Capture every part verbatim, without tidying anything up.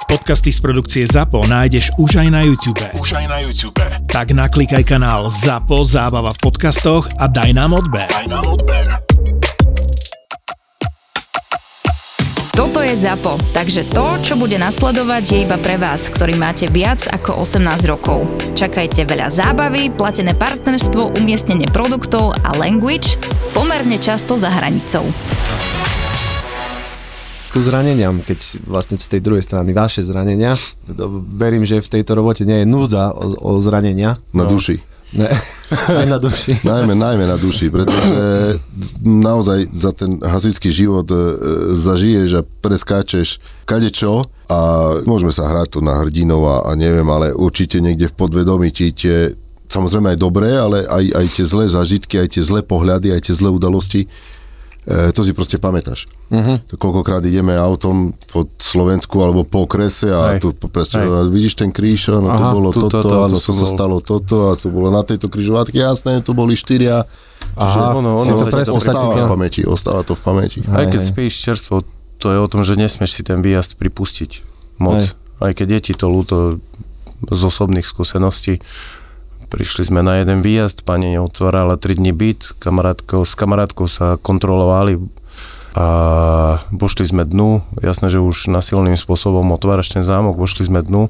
Podcasty z produkcie ZAPO nájdeš už aj na YouTube. Už aj na YouTube. Tak naklikaj kanál ZAPO Zábava v podcastoch a daj nám odber. Daj nám odber. Toto je ZAPO, takže to, čo bude nasledovať, je iba pre vás, ktorý máte viac ako osemnásť rokov. Čakajte veľa zábavy, platené partnerstvo, umiestnenie produktov a language pomerne často za hranicou. Ku zraneniam, keď vlastne z tej druhej strany vaše zranenia, verím, že v tejto robote nie je núdza o, o zranenia. Na no. duši. Ne, aj na duši. najmä, najmä na duši, pretože naozaj za ten hasičský život zažiješ a preskáčeš kadečo a môžeme sa hrať tu na hrdinov a, a neviem, ale určite niekde v podvedomí ti tie, samozrejme aj dobré, ale aj, aj tie zlé zážitky, aj tie zlé pohľady, aj tie zlé udalosti, e, to si proste pamätáš. Uh-huh. Koľkokrát ideme autom po Slovensku alebo po okrese a hej. tu presne, vidíš ten kríž, no to bolo tu, toto, to, to, áno, to, to sa stalo toto a to bolo na tejto križovatke, jasné, tu boli štyria. Aha, ono, ono, to, to ostáva to v pamäti, ostáva to v pamäti. Aj keď spíš čerstvo, to je o tom, že nesmieš si ten výjazd pripustiť moc. Hej. Aj keď je ti to ľúto z osobných skúseností. Prišli sme na jeden výjazd, pani otvárala tri dni byt, kamarátkou, s kamarátkou sa kontrolovali a vošli sme dnu, jasné, že už nasilným spôsobom otváraš ten zámok, vošli sme dnu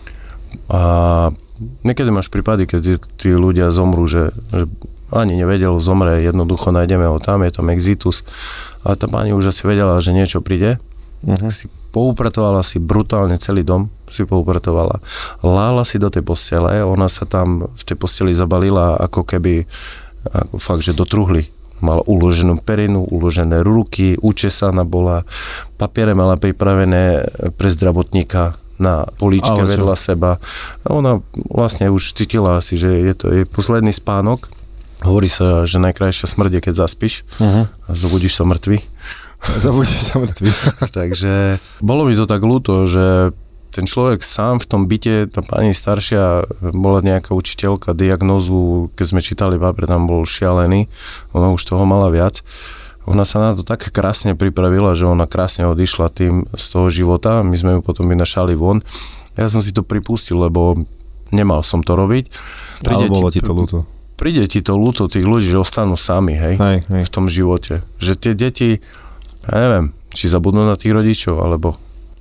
a niekedy máš prípady, keď tí ľudia zomrú, že, že ani nevedel, zomre, jednoducho nájdeme ho tam, je tam exitus a tá pani už asi vedela, že niečo príde, uh-huh. si poupratovala si brutálne celý dom, si poupratovala, lála si do tej postele, ona sa tam v tej posteli zabalila ako keby, ako fakt, že do truhly. Mala uloženú perinu, uložené ruky, učesaná bola, papiere mala pripravené pre zdravotníka na políčke ale vedľa so. seba. A ona vlastne už cítila si, že je to jej posledný spánok. Hovorí sa, že najkrajšia smrť je, keď zaspíš uh-huh. a zobudíš sa mŕtvy. Zabudíš sa mŕtvy. Takže bolo mi to tak ľúto, že ten človek sám v tom byte, tá pani staršia bola nejaká učiteľka, diagnózu, keď sme čítali papier, tam bol šialený, ona už toho mala viac. Ona sa na to tak krásne pripravila, že ona krásne odišla tým z toho života, my sme ju potom vynašali von. Ja som si to pripustil, lebo nemal som to robiť. Príde Ale bolo ti, ti to ľúto. Príde ti to ľúto tých ľudí, že ostanú sami, hej, hej, hej. v tom živote. Že tie deti, ja neviem, či zabudnú na tých rodičov, alebo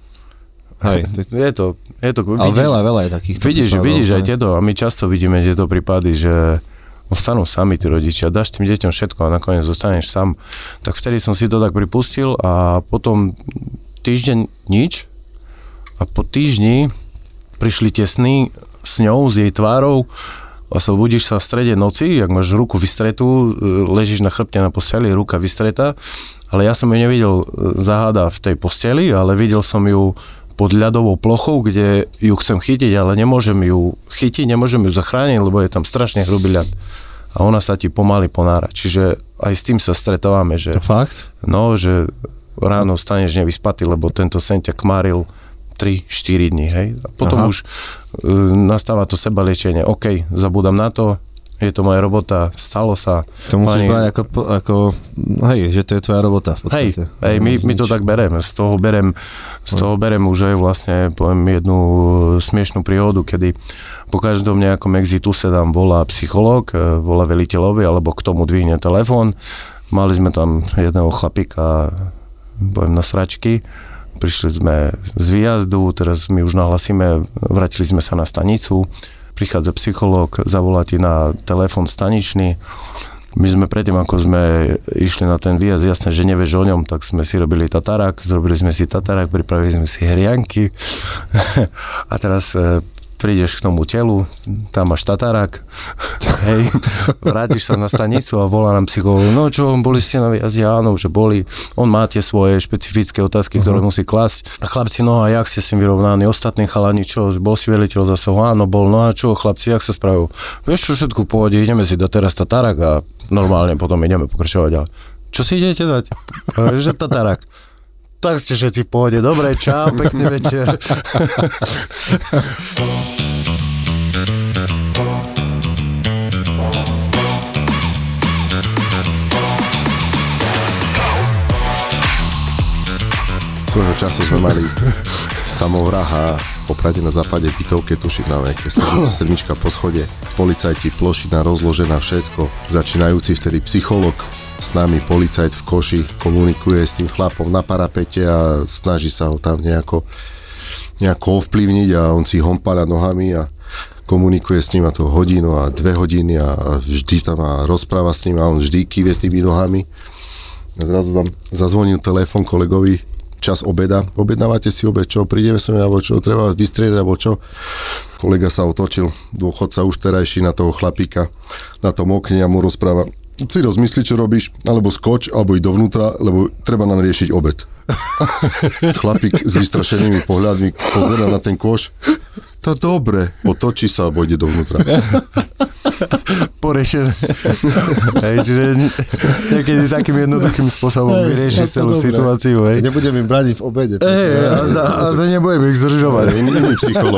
hej. Je to, je to, ale vidíš, veľa, veľa je takýchto vidíš, prípadov. Vidíš aj tieto, a my často vidíme tieto prípady, že ostanú sami tí rodičia, dáš tým deťom všetko a nakoniec zostaneš sám. Tak vtedy som si to tak pripustil a potom týždeň nič a po týždni prišli tie sny s ňou, s jej tvárou a sa budíš sa v strede noci, ak máš ruku vystretú, ležíš na chrbte na posteli, ruka vystretá, ale ja som ju nevidel zaháda v tej posteli, ale videl som ju pod ľadovou plochou, kde ju chcem chytiť, ale nemôžem ju chytiť, nemôžem ju zachrániť, lebo je tam strašne hrubý ľad. A ona sa ti pomaly ponára. Čiže aj s tým sa stretávame, že... To fakt? No, že ráno staneš nevyspatý, lebo tento sen ťa kmáril tri štyri dní, hej. A potom Aha. už e, nastáva to sebaliečenie. OK, zabudám na to, je to moja robota, stalo sa. To musíš pani... brať ako, ako, hej, že to je tvoja robota v podstate. Hej, hej my, my to tak bereme, z toho berem, z toho berem už aj vlastne, poviem jednu smiešnú príhodu, kedy po každom nejakom exituse nám volá psychológ, volá veliteľovi, alebo k tomu dvihne telefón. Mali sme tam jedného chlapíka, poviem na sračky, prišli sme z výjazdu, teraz my už nahlasíme, vrátili sme sa na stanicu, prichádza psychológ, zavolá ti na telefón staničný. My sme predtým, ako sme išli na ten výjazd, jasné, že nevieš o ňom, tak sme si robili tatarák, zrobili sme si tatarák, pripravili sme si hrianky a teraz e, prídeš k tomu telu, tam máš tatarák, hej, vrátiš sa na stanicu a volá nám psychológ, no čo, boli ste na výjazde? Áno, že boli. On má tie svoje špecifické otázky, ktoré uh-huh. musí klásť. A chlapci, no a jak ste s tým vyrovnaní? Ostatní chalani, čo, bol si veliteľ zase? Áno, bol. No a čo, chlapci, jak sa spravujú? Vieš čo, všetko v pohode, ideme si dať teraz tatarák a normálne potom ideme pokračovať ďalej. Čo si idete dať? Že tatarák. Tak ste všetci v pohode. Dobre, čau, pekný večer. Svojho času sme mali samovraha po Prade na západe bytovke, tuším na nejaké sedmička po schode. Policajti, plošina rozložená, všetko. Začínajúci vtedy psycholog s nami, policajt v koši, komunikuje s tým chlapom na parapete a snaží sa ho tam nejako, nejako ovplyvniť a on si hompala nohami a komunikuje s ním a to hodinu a dve hodiny a vždy tam a rozpráva s ním a on vždy kýve tými nohami. A zrazu tam zazvonil telefon kolegovi, čas obeda. Objednávate si obed, čo? Prídeme sem, alebo čo? Treba vás vystriedať, alebo čo? Kolega sa otočil, dôchodca už terajší na toho chlapíka, na tom okne a mu rozpráva: si rozmysli, čo robíš, alebo skoč, alebo íď dovnútra, lebo treba nám riešiť obed. Chlapík s vystrašenými pohľadmi pozerá na ten koš. To dobre, otočí sa a vojde dovnútra. Porešené. Hej, čiže niekedy takým jednoduchým spôsobom vyriešiš celú dobre situáciu. Hej. Nebudem im brániť v obede. Hej, a, a, a nebudem ich zdržovať. Iný psycholog.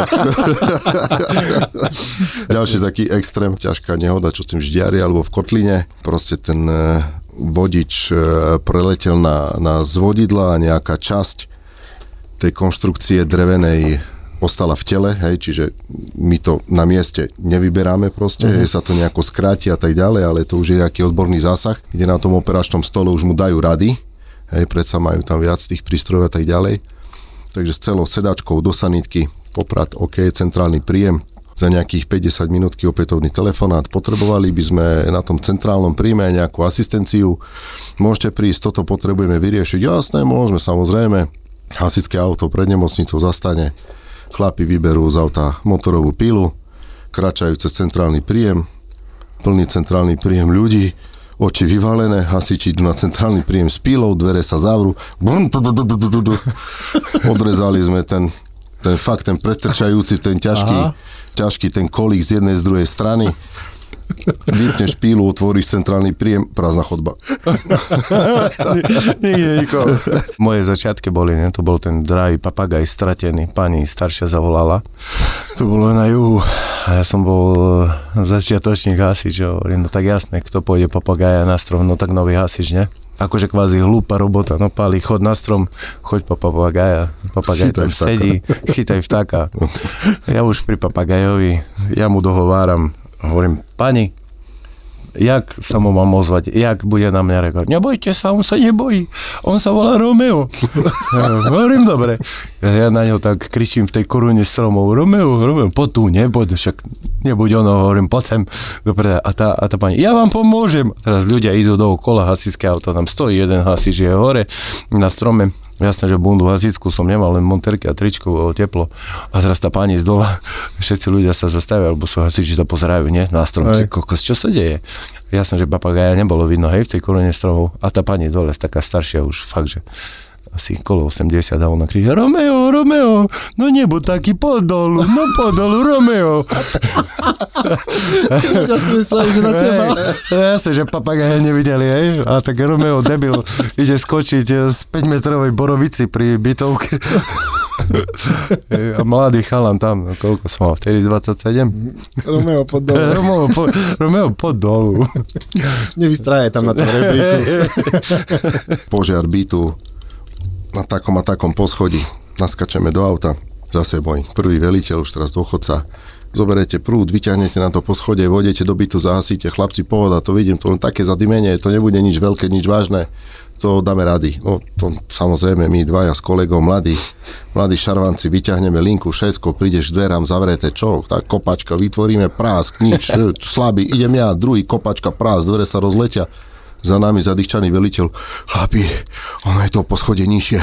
Ďalší taký extrém, ťažká nehoda, čo s tým ždiari alebo v kotline. Proste ten vodič preletel na, na zvodidla a nejaká časť tej konštrukcie drevenej ostala v tele, hej, čiže my to na mieste nevyberáme proste, uh-huh. hej, sa to nejako skráti a tak ďalej, ale to už je nejaký odborný zásah, kde na tom operačnom stole už mu dajú rady, hej, predsa majú tam viac tých prístrojov a tak ďalej. Takže s celou sedačkou do sanitky, Poprad, OK, centrálny príjem, za nejakých päťdesiat minútky opätovný telefonát, potrebovali by sme na tom centrálnom príjme nejakú asistenciu, môžete prísť, toto potrebujeme vyriešiť, jasné, môžeme, samozrejme, hasičské auto pred nemocnicou zastane, chlapi vyberú z auta motorovú pilu, kračajú cez centrálny príjem, plný centrálny príjem ľudí, oči vyvalené, hasiči idú na centrálny príjem s pílou, dvere sa zavrú, odrezali sme ten, ten fakt, ten pretrčajúci, ten ťažký, ťažký ten kolík z jednej, z druhej strany. Vypneš pílu, otvoríš centrálny príjem, prázdna chodba. Nikde nikoho. Moje začiatky boli, ne? To bol ten drahý papagaj stratený, pani staršia zavolala. To bolo na juhu. A ja som bol začiatočník hasič, hovorím, no tak jasné, kto pôjde papagaja na strom, no tak nový hasič, ne? Akože kvázi hlúpa robota, no páli, chod na strom, choď po papagaja, papagaj tam sedí, chytaj vtáka. Ja už pri papagajovi, ja mu dohováram, hovorím, pani, jak sa mu mám ozvať, jak bude na mňa reagovať? Nebojte sa, on sa nebojí, on sa volá Romeo. Hovorím, dobre. Ja na ňo tak kričím v tej korune stromov, Romeo, Romeo, poď tu, nebuď, však nebuď ono, hovorím, poď sem. Dobre, a tá, a tá pani, ja vám pomôžem. Teraz ľudia idú dookola, hasičské auto, tam stojí jeden hasič, je hore na strome. Jasné, že bundu hasičskú som nemal, len monterky a tričko, bolo teplo. A teraz tá pani z dola, všetci ľudia sa zastavia, alebo sú hasiči, to pozerajú, nie? Na strom, si, kokos, čo sa deje? Jasné, že papagaja nebolo vidno, hej, v tej korune stromov. A tá pani dole, taká staršia už, fakt, že asi kolo osemdesiat a ona kričí, Romeo, Romeo, no nebuď taký podolu, no podolu, Romeo. Ja si myslel, že na teba. Jasne, že papagaja nevideli, hej, a tak Romeo, debil, ide skočiť z päťmetrovej borovici pri bytovke. A mladý chalan tam, no koľko som mal, vtedy dvadsaťsedem. Romeo pod dolu. Romeo, po, Romeo pod dolu. Nevystrajaj tam na tom rebríku. Požiar bytu na takom a takom poschodí. Naskačeme do auta. Zase môj prvý veliteľ, už teraz dôchodca. Zoberete prúd, vyťahnete na to poschodie, vôjdete do bytu, zahasíte, chlapci, pohoda, to vidím, to len také zadymenie, to nebude nič veľké, nič vážne, to dáme rady. No, to samozrejme, my dvaja s kolegom, mladí, mladí šarvanci, vyťahneme linku, všetko, prídeš k dverám, zavreté, čo, tak kopačka, vytvoríme prásk, nič, slabý, idem ja, druhý kopačka, prásk, dvere sa rozletia. Za nami zadýchčaný veliteľ, chlapi, ono je to poschodie nižšie.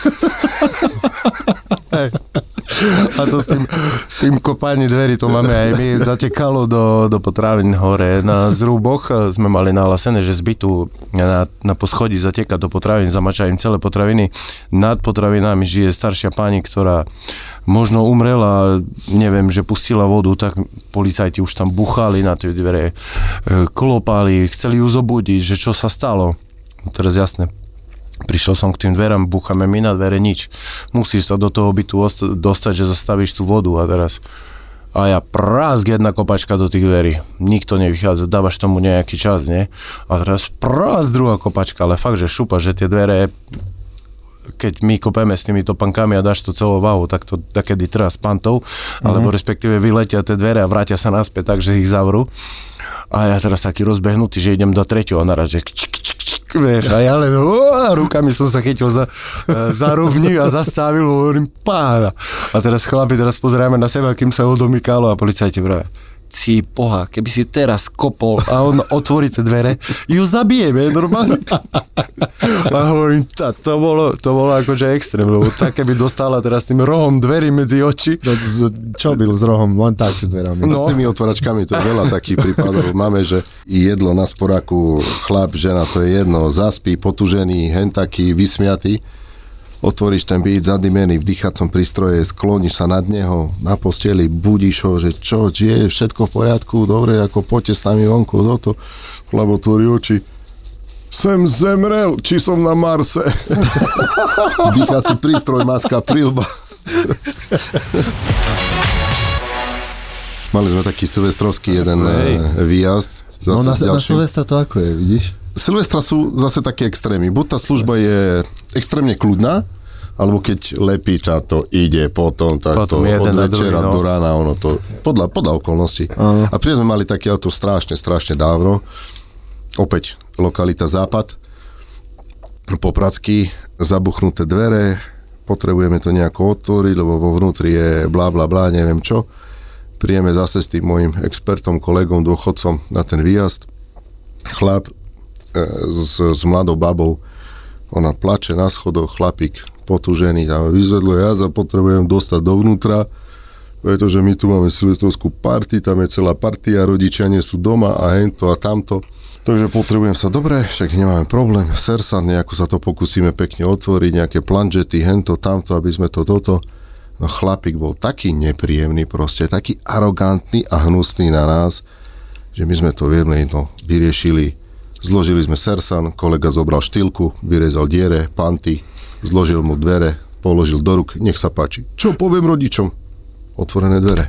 A to s tým, s tým kopáním dverí, to máme aj my, zatekalo do, do potravín hore. Na zrúboch sme mali nahlásené, že z bytu na, na poschodí zateka do potravín, zamača im celé potraviny. Nad potravinami žije staršia pani, ktorá možno umrela, neviem, že pustila vodu, tak policajti už tam buchali na tie dvere, klopali, chceli ju zobudiť, že čo sa stalo. Teraz jasné, prišiel som k tým dverám, búchame my na dvere, nič. Musíš sa do toho bytu dostať, že zastavíš tú vodu a teraz a ja prásk jedna kopačka do tých dverí. Nikto nevychádza, dávaš tomu nejaký čas, nie? A teraz prásk druhá kopačka, ale fakt, že šupa, že tie dvere, keď my kopeme s tými topankami a dáš to celou váhu, tak to takedy trvá s pantou, mm-hmm. alebo respektíve vyletia tie dvere a vrátia sa naspäť tak, že ich zavrú. A ja teraz taký rozbehnutý, že idem do treťo a naraz, že kč, kč, kč, vieš, a ja len ó, rukami som sa chytil za, za rubník a zastavil, hovorím pána. A teraz chlapi, teraz pozeráme na seba, kým sa odomykalo a policajti vravia, cí poha, keby si teraz kopol a on otvorí tie dvere, ju zabijeme, normálne. A hovorím, tá, to bolo, to bolo akože extrém, lebo tak, keby dostala teraz tým rohom dverí medzi oči. No, čo byl s rohom, len tak s dverami. No. S tými otváračkami to je veľa takých prípadov. Máme, že jedlo na sporáku, chlap, žena, to je jedno, zaspí, potužený, hen taký, vysmiatý. Otvoríš ten byt zadimený v dýchacom prístroje, skloníš sa nad neho na posteli, budíš ho, že čo, či je všetko v poriadku, dobre, ako poďte s nami vonku, toto, lebo otvorí oči. Sem zemrel, či som na Marse. Dýchací prístroj, maska, príľba. Mali sme taký silvestrovský jeden hey. výjazd. Zase no na, na Silvestra to ako je, vidíš? Silvestra sú zase také extrémy. Buď tá služba je extrémne kľudná, alebo keď lepí to ide potom, tak potom to od večera no. do rána, ono to, podľa, podľa okolností. Uh-huh. A príde sme mali také auto strašne, strašne dávno. Opäť lokalita Západ, Popradsky, zabuchnuté dvere, potrebujeme to nejako otvoriť, lebo vo vnútri je blá, blá, blá, neviem čo. Príjeme zase s tým môjim expertom, kolegom, dôchodcom na ten výjazd. Chlap s, s mladou babou, ona plače na schodoch, chlapík potúžený, tam vyzvedlo, ja sa potrebujem dostať dovnútra, pretože my tu máme silvestrovskú party, tam je celá partia, rodičia nie sú doma a hento a tamto, takže potrebujem sa, dobre, však nemáme problém, sersan, nejako sa to pokúsime pekne otvoriť, nejaké planžety, hento, tamto, aby sme to toto, no chlapík bol taký nepríjemný proste, taký arogantný a hnusný na nás, že my sme to veľmi no, vyriešili. Zložili sme sersan, kolega zobral štýlku, vyrezal diere, panty, zložil mu dvere, položil do ruk, nech sa páči. Čo poviem rodičom? Otvorené dvere.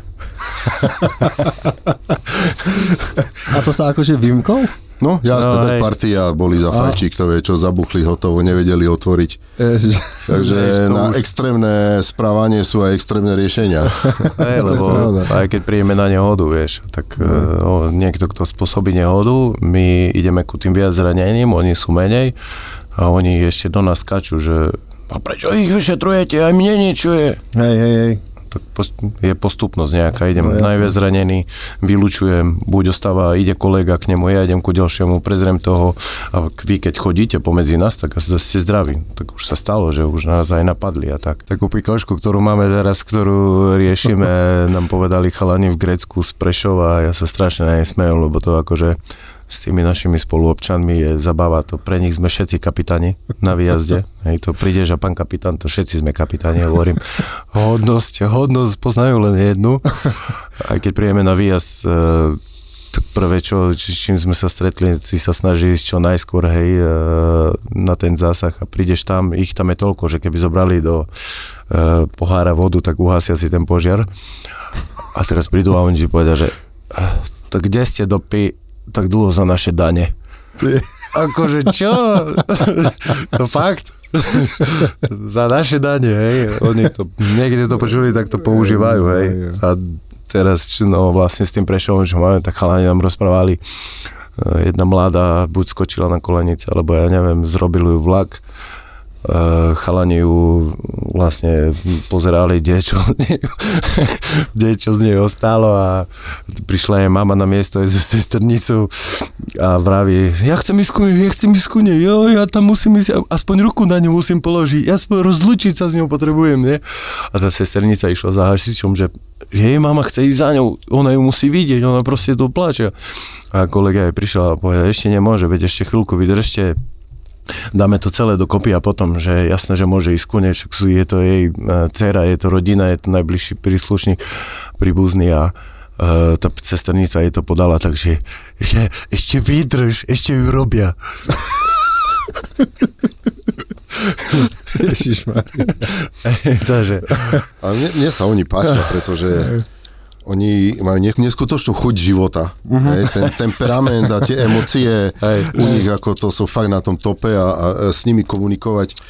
A to sa akože vymkol? No, jasne, no, tak partia boli za fajčík, to vie, čo zabuchli hotovo, nevedeli otvoriť. Ježiš. Takže na už... extrémne správanie sú aj extrémne riešenia. Hey, lebo aj keď príjeme na nehodu, vieš, tak no. o, niekto, kto spôsobí nehodu, my ideme ku tým viac zranením, oni sú menej a oni ešte do nás skačú, že a prečo ich vyšetrujete, aj mne niečo je. Hej, hej, hej. Je postupnosť nejaká, idem no, najviac zranený, vylučujem, buď ostáva, ide kolega k nemu, ja idem ku ďalšiemu, prezriem toho a vy keď chodíte pomedzi nás, tak asi ste zdraví. Tak už sa stalo, že už nás aj napadli a tak. Takú pikošku, ktorú máme teraz, ktorú riešime, nám povedali chalani v Grécku z Prešova a ja sa strašne nesmejem, lebo to akože s tými našimi spoluobčanmi je zabava, to pre nich sme všetci kapitáni na výjazde. Hej, to prídeš a pán kapitán, to všetci sme kapitáni, hovorím. Hodnosť, hodnosť poznajú len jednu. Aj keď príjeme na výjazd, tak prvé, čo, čím sme sa stretli, si sa snaží ísť čo najskôr, hej, na ten zásah a prídeš tam, ich tam je toľko, že keby zobrali do pohára vodu, tak uhasia si ten požiar. A teraz prídu a oni ti povedia, že tak kde ste do pi... tak dlho za naše dane. Akože čo? To fakt? Za naše dane, hej. Oni to, niekde to počuli, tak to používajú, hej. A teraz, no vlastne s tým Prešovom, čo máme, tak chalani nám rozprávali, jedna mladá buď skočila na kolenice, alebo ja neviem, zrobili ju vlak, chalani ju vlastne pozerali, kde čo, kde čo z nej ostalo a prišla jej mama na miesto aj so sesternicou a vraví, ja chcem ísť ku nej, ja chcem ísť ku nej, jo, ja tam musím ísť, aspoň ruku na ňu musím položiť, aspoň rozlučiť sa s ňou potrebujem, nie? A tá sesternica išla za hasičom, že, že jej mama chce ísť za ňou, ona ju musí vidieť, ona proste to pláče. A kolega jej prišiel a povedal, ešte nemôže, veď ešte chvíľku vydržte, dáme to celé dokopy a potom, že jasné, že môže ísť ku nej, je to jej dcera, je to rodina, je to najbližší príslušník príbuzný a uh, tá sesternica jej to podala, takže že ešte vydrž, ešte ju robia. Ježišmarja. Takže. A mne, mne sa oni páčia, pretože oni majú neskutočnú chuť života. Uh-huh. Hej, ten temperament a tie emócie u nich, ako to sú fakt na tom tope a, a s nimi komunikovať.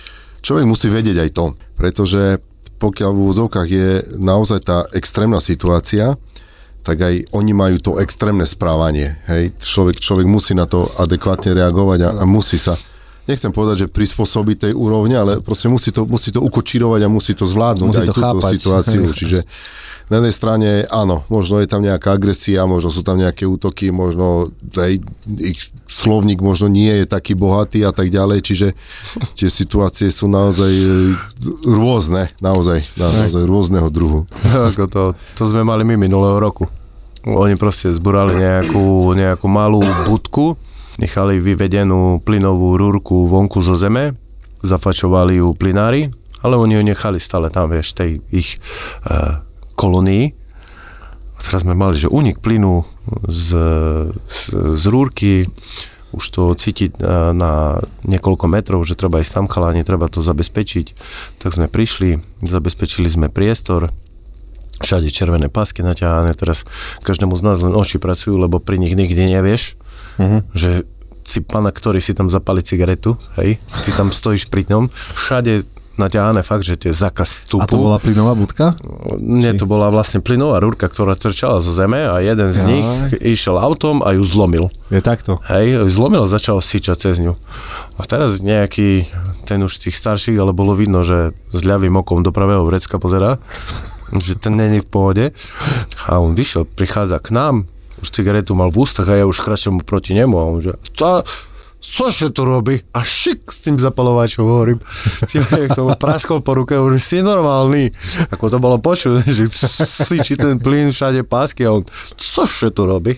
človek musí vedieť aj to, pretože pokiaľ v úvodzovkách je naozaj tá extrémna situácia, tak aj oni majú to extrémne správanie. Hej? Človek, človek musí na to adekvátne reagovať a, a musí sa, nechcem povedať, že prispôsobiť tej úrovne, ale proste musí to, musí to ukočírovať a musí to zvládnuť musí aj to túto chápať. Situáciu. Čiže na jednej strane, áno, možno je tam nejaká agresia, možno sú tam nejaké útoky, možno aj ich slovník možno nie je taký bohatý a tak ďalej, čiže tie situácie sú naozaj rôzne, naozaj, naozaj rôzneho druhu. Ako to, to sme mali my minulého roku. Oni proste zburali nejakú, nejakú malú budku, nechali vyvedenú plynovú rúrku vonku zo zeme, zafačovali ju plynári, ale oni ju nechali stále tam, vieš, tej ich uh, kolónii. A teraz sme mali, že únik plynu z, z, z rúrky, už to cítiť na niekoľko metrov, že treba ísť tam chalani, treba to zabezpečiť. Tak sme prišli, zabezpečili sme priestor, všade červené pásky naťahané, teraz každému z nás len oči pracujú, lebo pri nich nikdy nevieš, uh-huh. že si pana, ktorý si tam zapali cigaretu, hej, ty tam stojíš pri ňom, všade naťahané fakt, že tie zákaz vstupu. A to bola plynová budka? Nie, to bola vlastne plynová rúrka, ktorá trčala zo zeme a jeden z ja. nich išiel autom a ju zlomil. Je takto? Hej, zlomil a začal síčať cez ňu. A teraz nejaký, ten už z tých starších, ale bolo vidno, že s ľavým okom do pravého vrecka pozerá, že ten není v pohode. A on vyšiel, prichádza k nám, už cigaretu mal v ústach a ja už kračujem proti nemu a on že... Co? Cože to robí? A šik s tým zapalovačom, hovorím. Jak som praskol po ruke, hovorím, si normálny. Ako to bolo počuť, že síči ten plyn, všade pásky a on, cože to robí?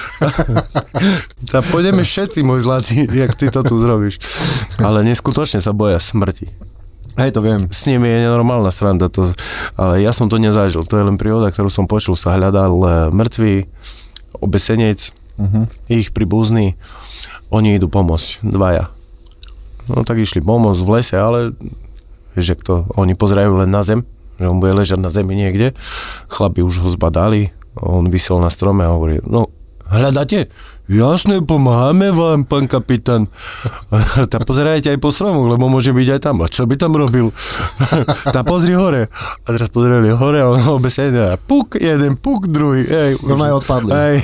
Tak pôjdeme všetci, môj zlatý, jak ty to tu zrobíš. Ale neskutočne sa boja smrti. Hej, to viem. S nimi je nenormálna sranda, to, ale ja som to nezažil. To je len príhoda, ktorú som počul, sa hľadal mŕtvý obesenec, uh-huh. ich príbuzný. Oni idú pomôcť, dvaja. No tak išli pomôcť v lese, ale vieš, to, oni pozerajú len na zem, že on bude ležať na zemi niekde. Chlapi už ho zbadali, on visel na strome a hovorí, no hľadáte? Jasne, pomáhame vám, pán kapitán. Tak pozerajte aj po stromoch, lebo môže byť aj tam. A čo by tam robil? Tak pozri hore. A teraz pozreli hore a on obesený. Puk, jeden, puk, druhý. Ej, no aj odpadli. Ej.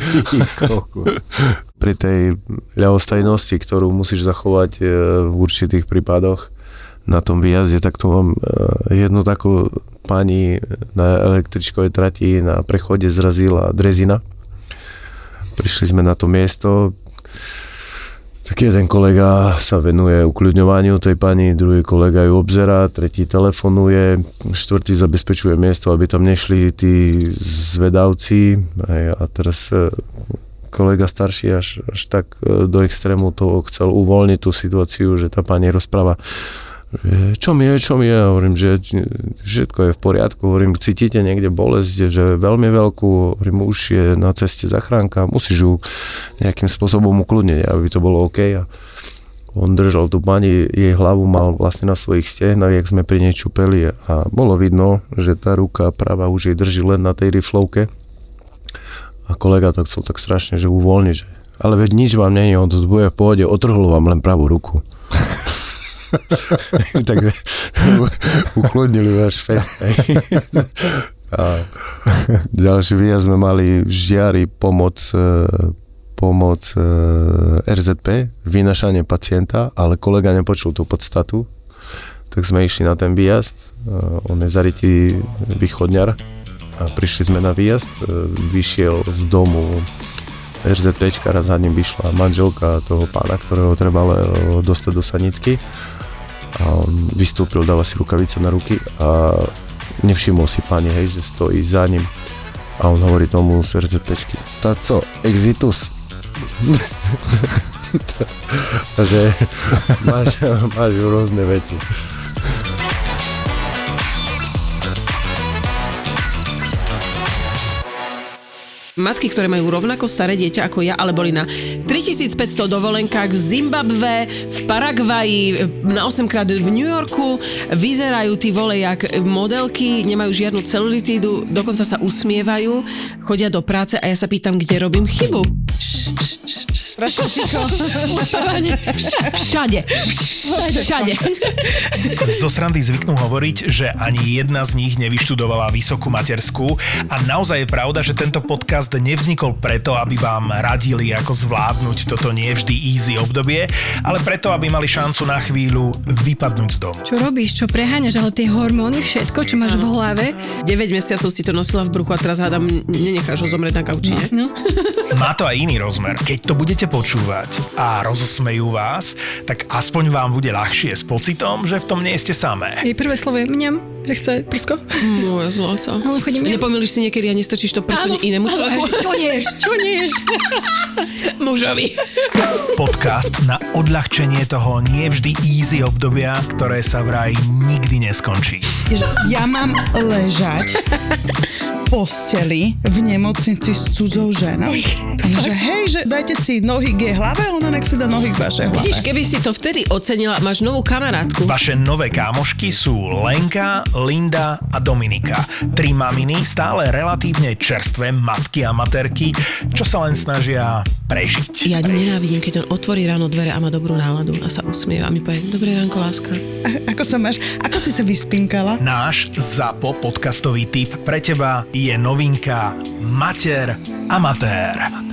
Pri tej ľahostajnosti, ktorú musíš zachovať v určitých prípadoch na tom výjazde, tak tu mám jednu takú pani na električkovej trati na prechode zrazila drezina. Prišli sme na to miesto, tak jeden kolega sa venuje ukľudňovaniu tej pani, druhý kolega ju obzerá, tretí telefonuje, štvrtý zabezpečuje miesto, aby tam nešli tí zvedavci. A teraz kolega starší až, až tak do extrému to chcel uvoľniť tú situáciu, že tá pani rozpráva, čo mi je, čo mi je, hovorím, že všetko je v poriadku, hovorím, cítite niekde bolesť, že veľmi veľkú, hovorím, už je na ceste zachránka, musíš ju nejakým spôsobom ukludniť, aby to bolo OK. A on držal tú pani, jej hlavu mal vlastne na svojich stehnách, jak sme pri nej čupeli a bolo vidno, že tá ruka práva už jej drží len na tej riflovke a kolega to chcel tak strašne, že uvoľni, že ale veď nič vám nie je, on to bude v pohode, otrhol vám len pravú ruku. Takže ukludnili váš fest. A ďalší výjazd sme mali v Žiari pomoc, pomoc er zet pé, vynašanie pacienta, ale kolega nepočul tú podstatu, tak sme išli na ten výjazd, on je zarytý východňar a prišli sme na výjazd, vyšiel z domu er zet péčkara, za ním vyšla manželka toho pána, ktorého trebalo dostať do sanitky a on vystúpil, dáva si rukavice na ruky a nevšimol si pani, hej, že stojí za ním a on hovorí tomu z er zet péčky, tá co, exitus? Takže máš, máš rôzne veci. Matky, ktoré majú rovnako staré dieťa ako ja, ale boli na tritisícpäťsto dovolenkách v Zimbabve, v Paraguaji, na osemkrát v New Yorku, vyzerajú tí vole jak modelky, nemajú žiadnu celulitídu, dokonca sa usmievajú, chodia do práce a ja sa pýtam, kde robím chybu. Všade. Všade. Zo srandy zvyknú hovoriť, že ani jedna z nich nevyštudovala vysokú materskú a naozaj je pravda, že tento podcast nevznikol preto, aby vám radili, ako zvládnuť toto nie vždy easy obdobie, ale preto, aby mali šancu na chvíľu vypadnúť z domu. Čo robíš, čo preháňaš, ale tie hormóny, všetko, čo máš v hlave. deväť mesiacov si to nosila v bruchu a teraz hádam, nenecháš ho zomrieť na kauči, ne? No. Má to aj iný rozmer. Keď to budete počúvať a rozosmejú vás, tak aspoň vám bude ľahšie s pocitom, že v tom nie ste samé. Jej prvé slovo je mňam, že chce prsko. Moje zlato. Ale chodím mňam. Nepomýliš si niekedy a nestrčíš to prso inému človeku? Čo neješ? Čo neješ? Mužovi. Podcast na odľahčenie toho nie vždy easy obdobia, ktoré sa vraj nikdy neskončí. Ja mám ležať v posteli v nemocnici s cudzou ženou. Že hej, že dajte si nohy k jej hlave, ona nech si dá nohy k vašej hlave. Vidíš, keby si to vtedy ocenila, máš novú kamarátku. Vaše nové kámošky sú Lenka, Linda a Dominika. Tri maminy, stále relatívne čerstvé matky a materky, čo sa len snažia prežiť. Ja nenávidím, keď on otvorí ráno dvere a má dobrú náladu a sa usmieva a mi povie, dobré ránko, láska. A- ako sa máš? Ako si sa vyspinkala? Náš ZAPO podcastový tip pre teba je novinka Mater amatér.